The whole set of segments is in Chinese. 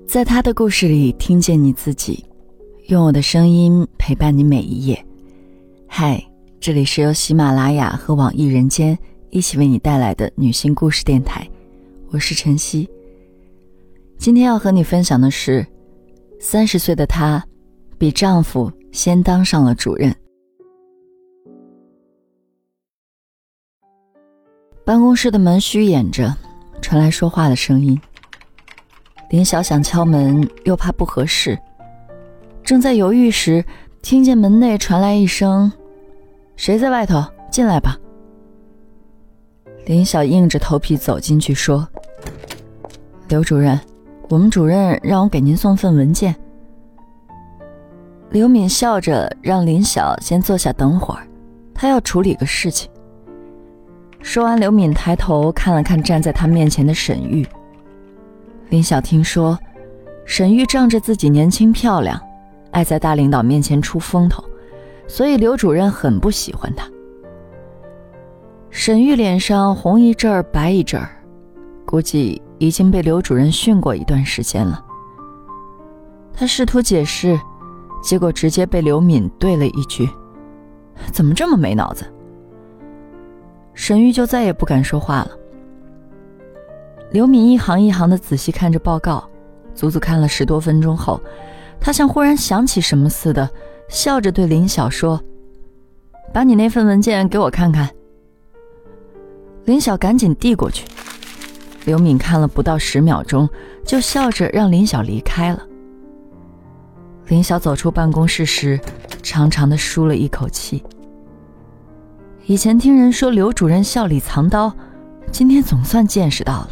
在他的故事里听见你自己，用我的声音陪伴你每一页。嗨，这里是由喜马拉雅和网易人间一起为你带来的女性故事电台，我是晨曦。今天要和你分享的是30岁的她比丈夫先当上了主任。办公室的门虚掩着，传来说话的声音。林晓想敲门，又怕不合适，正在犹豫时，听见门内传来一声：“谁在外头？进来吧。”林晓硬着头皮走进去说：“刘主任，我们主任让我给您送份文件。”刘敏笑着让林晓先坐下等会儿，他要处理个事情。说完，刘敏抬头看了看站在他面前的沈玉。林晓听说沈玉仗着自己年轻漂亮，爱在大领导面前出风头，所以刘主任很不喜欢她。沈玉脸上红一阵儿白一阵儿，估计已经被刘主任训过一段时间了。他试图解释，结果直接被刘敏对了一句：“怎么这么没脑子？”沈玉就再也不敢说话了。刘敏一行一行地仔细看着报告，足足看了10多分钟后，她像忽然想起什么似的，笑着对林晓说：“把你那份文件给我看看。”林晓赶紧递过去，刘敏看了不到10秒钟，就笑着让林晓离开了。林晓走出办公室时，长长地舒了一口气。以前听人说刘主任笑里藏刀，今天总算见识到了。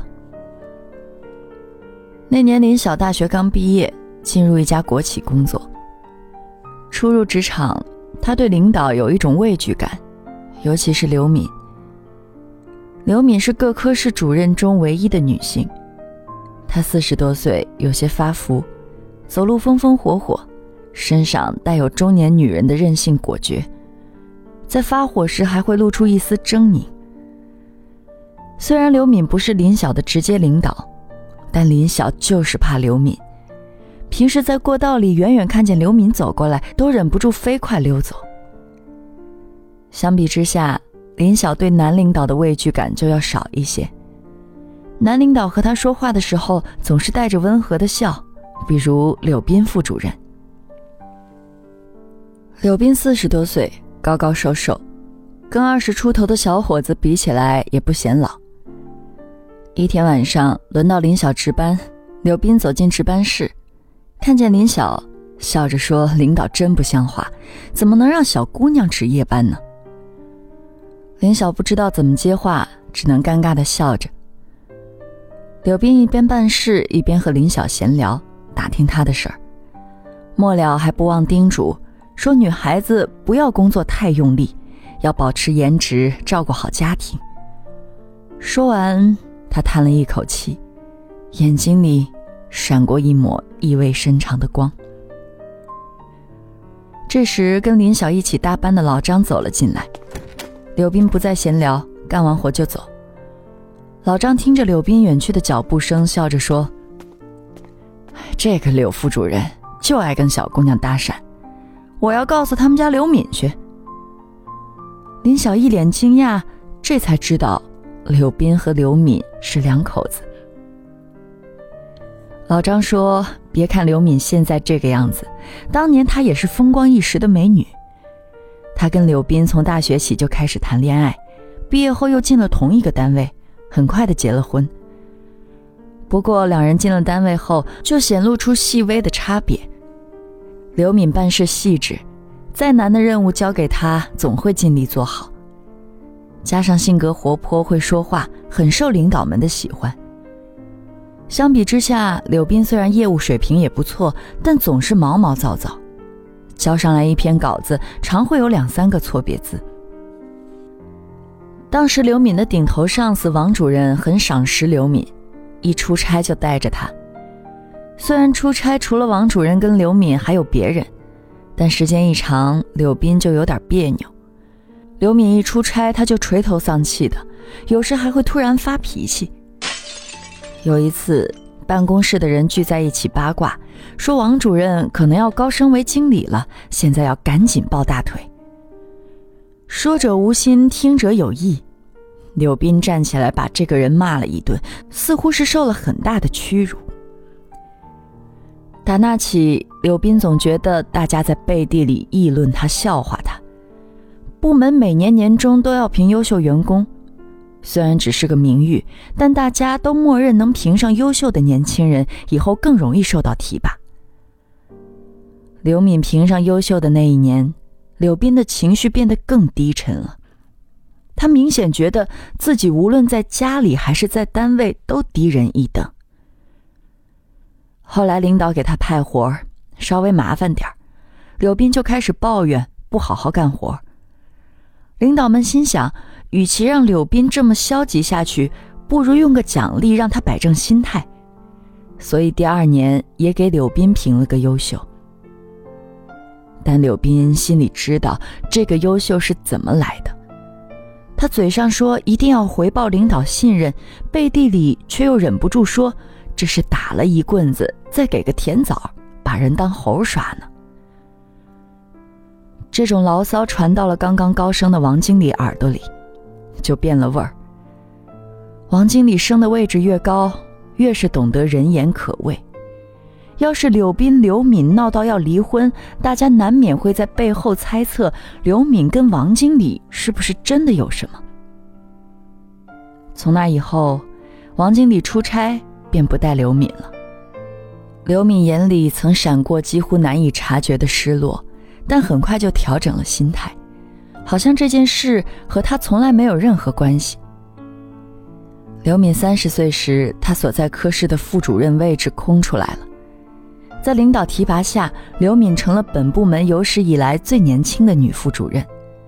那年林晓大学刚毕业，进入一家国企工作。初入职场，她对领导有一种畏惧感，尤其是刘敏。刘敏是各科室主任中唯一的女性，她40多岁，有些发福，走路风风火火，身上带有中年女人的任性果决，在发火时还会露出一丝狰狞。虽然刘敏不是林晓的直接领导，但林晓就是怕刘敏，平时在过道里远远看见刘敏走过来，都忍不住飞快溜走。相比之下，林晓对男领导的畏惧感就要少一些。男领导和他说话的时候，总是带着温和的笑，比如柳斌副主任。柳斌40多岁，高高瘦瘦，跟20出头的小伙子比起来也不显老。一天晚上轮到林晓值班，柳斌走进值班室，看见林晓，笑着说：“领导真不像话，怎么能让小姑娘值夜班呢？”林晓不知道怎么接话，只能尴尬地笑着。柳斌一边办事一边和林晓闲聊，打听她的事儿，末了还不忘叮嘱说女孩子不要工作太用力，要保持颜值，照顾好家庭。说完，他叹了一口气，眼睛里闪过一抹意味深长的光。这时跟林晓一起搭班的老张走了进来，柳斌不再闲聊，干完活就走。老张听着柳斌远去的脚步声，笑着说：“这个柳副主任就爱跟小姑娘搭讪，我要告诉他们家刘敏去。”林晓一脸惊讶，这才知道柳斌和刘敏是2口子。老张说：“别看刘敏现在这个样子，当年她也是风光一时的美女。她跟柳斌从大学起就开始谈恋爱，毕业后又进了同一个单位，很快的结了婚。不过2人进了单位后，就显露出细微的差别。刘敏办事细致，再难的任务交给她总会尽力做好，加上性格活泼，会说话，很受领导们的喜欢。相比之下，柳斌虽然业务水平也不错，但总是毛毛躁躁，交上来一篇稿子常会有2、3个错别字。当时刘敏的顶头上司王主任很赏识刘敏，一出差就带着她。虽然出差除了王主任跟刘敏还有别人，但时间一长，柳斌就有点别扭。刘敏一出差他就垂头丧气的，有时还会突然发脾气。有一次办公室的人聚在一起八卦，说王主任可能要高升为经理了，现在要赶紧抱大腿。说者无心，听者有意。柳斌站起来把这个人骂了一顿，似乎是受了很大的屈辱。打那起，柳斌总觉得大家在背地里议论他，笑话他。部门每年年终都要评优秀员工，虽然只是个名誉，但大家都默认能评上优秀的年轻人，以后更容易受到提拔。刘敏评上优秀的那一年，柳斌的情绪变得更低沉了。他明显觉得自己无论在家里还是在单位都低人一等。后来领导给他派活，稍微麻烦点，柳斌就开始抱怨不好好干活。领导们心想，与其让柳斌这么消极下去，不如用个奖励让他摆正心态。所以第2年也给柳斌评了个优秀。但柳斌心里知道这个优秀是怎么来的。他嘴上说一定要回报领导信任，背地里却又忍不住说这是打了一棍子再给个甜枣，把人当猴耍呢。这种牢骚传到了刚刚高升的王经理耳朵里，就变了味儿。王经理升的位置越高，越是懂得人言可畏。要是柳斌、刘敏闹到要离婚，大家难免会在背后猜测刘敏跟王经理是不是真的有什么。从那以后，王经理出差便不带刘敏了。刘敏眼里曾闪过几乎难以察觉的失落，但很快就调整了心态，好像这件事和他从来没有任何关系。刘敏30岁时，他所在科室的副主任位置空出来了。在领导提拔下，刘敏成了本部门有史以来最年轻的女副主任。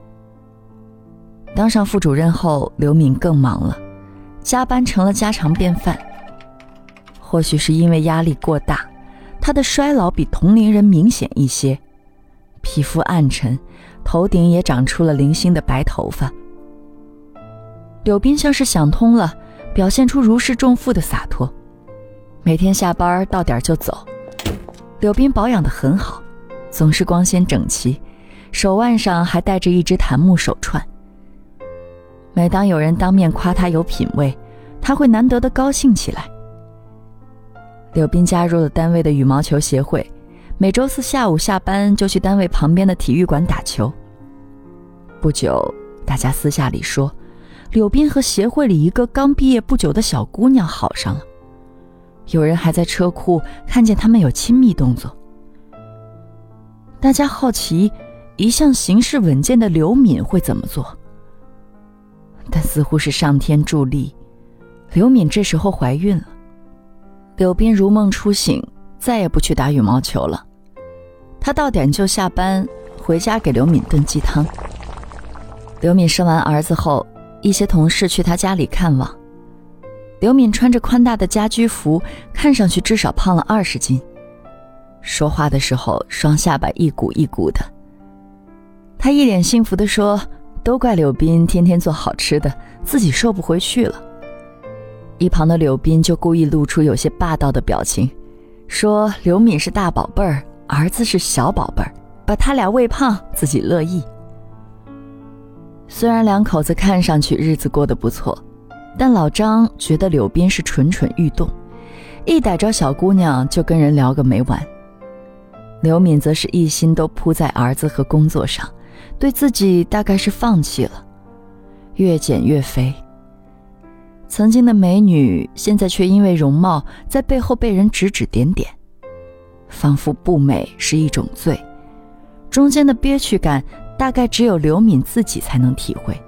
当上副主任后，刘敏更忙了，加班成了家常便饭。或许是因为压力过大，她的衰老比同龄人明显一些，皮肤暗沉，头顶也长出了零星的白头发。柳斌像是想通了，表现出如释重负的洒脱，每天下班到点就走。柳斌保养得很好，总是光鲜整齐，手腕上还戴着一只檀木手串。每当有人当面夸他有品味，他会难得的高兴起来。柳斌加入了单位的羽毛球协会，每周4下午下班就去单位旁边的体育馆打球。不久，大家私下里说，柳斌和协会里一个刚毕业不久的小姑娘好上了。有人还在车库看见他们有亲密动作。大家好奇，一向行事稳健的刘敏会怎么做？但似乎是上天助力，刘敏这时候怀孕了。柳斌如梦初醒，再也不去打羽毛球了。他到点就下班，回家给刘敏炖鸡汤。刘敏生完儿子后，一些同事去他家里看望。刘敏穿着宽大的家居服，看上去至少胖了20斤。说话的时候，双下巴一鼓一鼓的。她一脸幸福地说，都怪柳斌天天做好吃的，自己瘦不回去了。一旁的柳斌就故意露出有些霸道的表情，说刘敏是大宝贝儿，儿子是小宝贝儿，把他俩喂胖自己乐意。虽然两口子看上去日子过得不错，但老张觉得柳斌是蠢蠢欲动，一逮着小姑娘就跟人聊个没完。刘敏则是一心都扑在儿子和工作上，对自己大概是放弃了，越减越肥。曾经的美女，现在却因为容貌在背后被人指指点点，仿佛不美是一种罪，中间的憋屈感大概只有刘敏自己才能体会。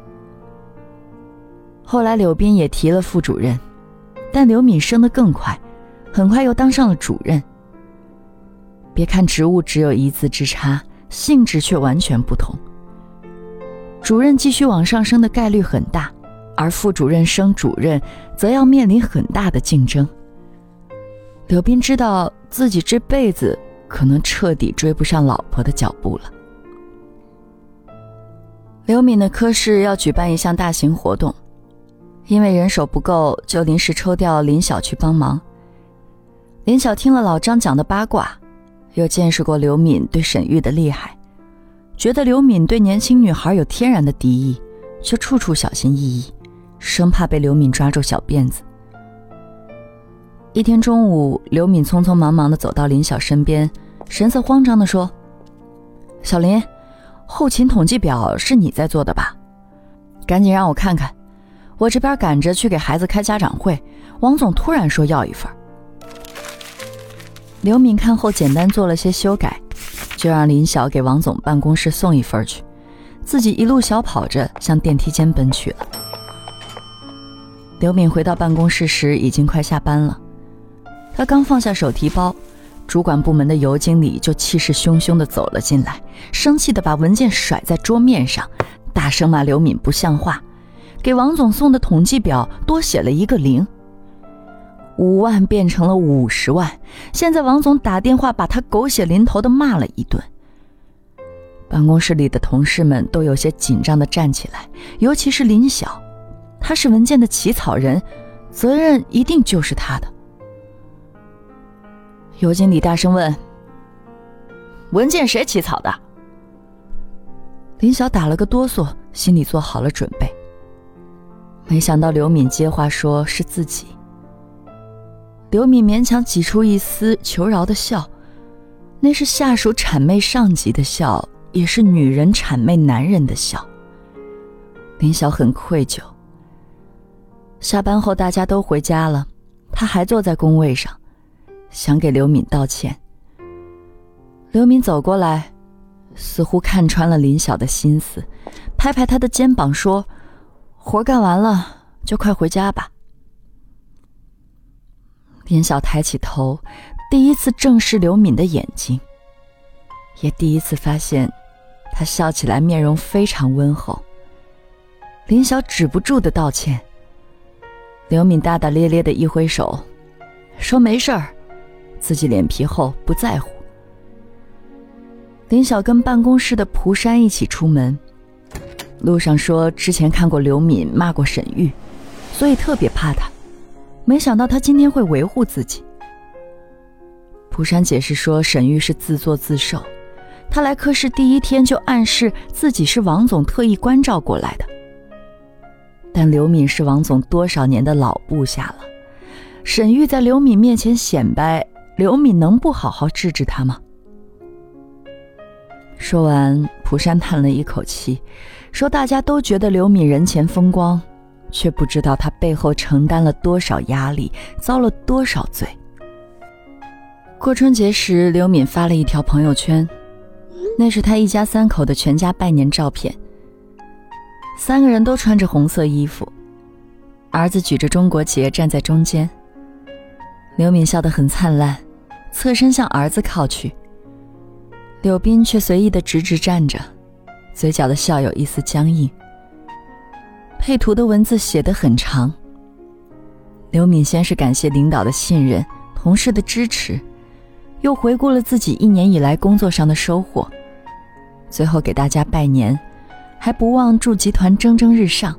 后来柳斌也提了副主任，但刘敏升得更快，很快又当上了主任。别看职务只有一字之差，性质却完全不同。主任继续往上升的概率很大，而副主任升主任则要面临很大的竞争。柳斌知道自己这辈子可能彻底追不上老婆的脚步了。刘敏的科室要举办一项大型活动，因为人手不够，就临时抽调林晓去帮忙。 林晓听了老张讲的八卦，又见识过刘敏对沈玉的厉害，觉得刘敏对年轻女孩有天然的敌意，就处处小心翼翼，生怕被刘敏抓住小辫子。一天中午，刘敏匆匆忙忙地走到林晓身边，神色慌张地说：小林，后勤统计表是你在做的吧？赶紧让我看看，我这边赶着去给孩子开家长会，王总突然说要一份。刘敏看后简单做了些修改，就让林晓给王总办公室送一份去，自己一路小跑着向电梯间奔去了。刘敏回到办公室时已经快下班了，她刚放下手提包，主管部门的尤经理就气势汹汹地走了进来，生气地把文件甩在桌面上，大声骂刘敏不像话，给王总送的统计表多写了一个0，5万变成了50万，现在王总打电话把他狗血淋头地骂了一顿。办公室里的同事们都有些紧张地站起来，尤其是林晓，他是文件的起草人，责任一定就是他的。尤经理大声问：文件谁起草的？林晓打了个哆嗦，心里做好了准备。没想到刘敏接话说是自己。刘敏勉强挤出一丝求饶的笑，那是下属谄媚上级的笑，也是女人谄媚男人的笑。林晓很愧疚。下班后大家都回家了，他还坐在工位上，想给刘敏道歉。刘敏走过来，似乎看穿了林晓的心思，拍拍他的肩膀说：活干完了就快回家吧。林晓抬起头，第一次正视刘敏的眼睛，也第一次发现她笑起来面容非常温厚。林晓止不住的道歉，刘敏大大咧咧的一挥手，说没事儿，自己脸皮厚不在乎。林晓跟办公室的蒲山一起出门，路上说之前看过刘敏骂过沈玉，所以特别怕她，没想到她今天会维护自己。蒲山解释说沈玉是自作自受，她来科室第一天就暗示自己是王总特意关照过来的。但刘敏是王总多少年的老部下了，沈玉在刘敏面前显摆，刘敏能不好好治治她吗？说完，蒲山叹了一口气，说大家都觉得刘敏人前风光，却不知道她背后承担了多少压力，遭了多少罪。过春节时，刘敏发了一条朋友圈，那是她一家3口的全家拜年照片。3个人都穿着红色衣服，儿子举着中国结站在中间。刘敏笑得很灿烂，侧身向儿子靠去。柳斌却随意地直直站着，嘴角的笑有一丝僵硬。配图的文字写得很长。刘敏先是感谢领导的信任，同事的支持，又回顾了自己1年以来工作上的收获，最后给大家拜年，还不忘祝集团蒸蒸日上。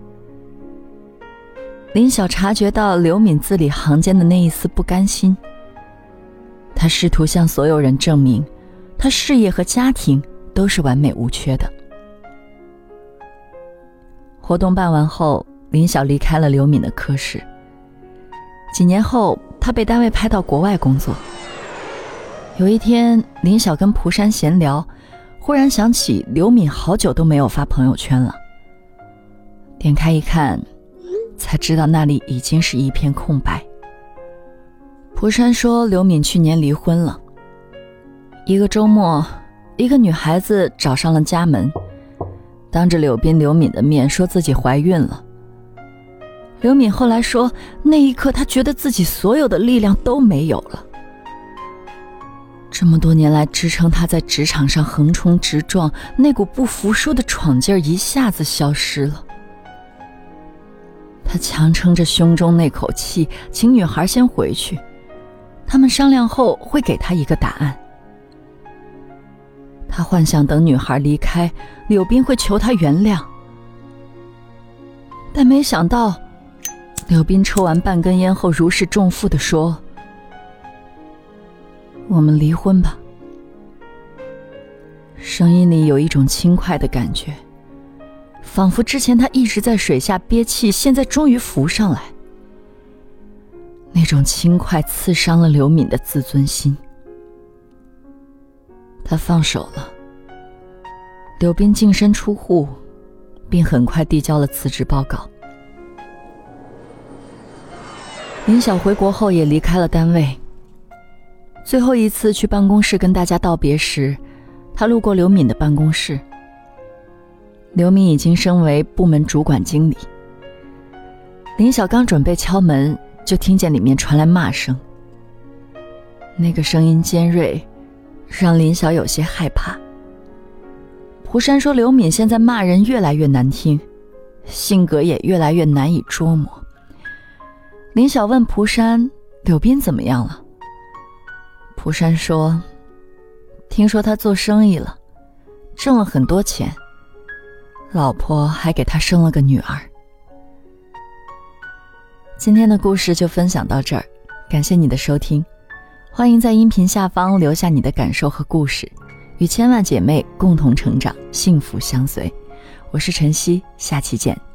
林晓察觉到刘敏字里行间的那一丝不甘心，他试图向所有人证明他事业和家庭都是完美无缺的。活动办完后，林晓离开了刘敏的科室。几年后，他被单位派到国外工作。有一天，林晓跟蒲山闲聊，忽然想起刘敏好久都没有发朋友圈了。点开一看，才知道那里已经是一片空白。蒲山说刘敏去年离婚了。一个周末，一个女孩子找上了家门，当着柳斌、刘敏的面说自己怀孕了。刘敏后来说，那一刻她觉得自己所有的力量都没有了。这么多年来支撑她在职场上横冲直撞，那股不服输的闯劲儿一下子消失了。她强撑着胸中那口气，请女孩先回去，他们商量后会给她一个答案。他幻想等女孩离开，柳斌会求他原谅，但没想到柳斌抽完半根烟后如释重负地说， 我们离婚吧。声音里有一种轻快的感觉，仿佛之前他一直在水下憋气，现在终于浮上来。那种轻快刺伤了刘敏的自尊心。他放手了，刘斌净身出户，并很快递交了辞职报告。林晓回国后也离开了单位。最后一次去办公室跟大家道别时，他路过刘敏的办公室。刘敏已经升为部门主管经理。林晓刚准备敲门，就听见里面传来骂声。那个声音尖锐，让林晓有些害怕。蒲山说刘敏现在骂人越来越难听，性格也越来越难以捉摸。林晓问蒲山柳斌怎么样了。蒲山说，听说他做生意了，挣了很多钱，老婆还给他生了个女儿。今天的故事就分享到这儿，感谢你的收听。欢迎在音频下方留下你的感受和故事，与千万姐妹共同成长，幸福相随。我是晨曦，下期见。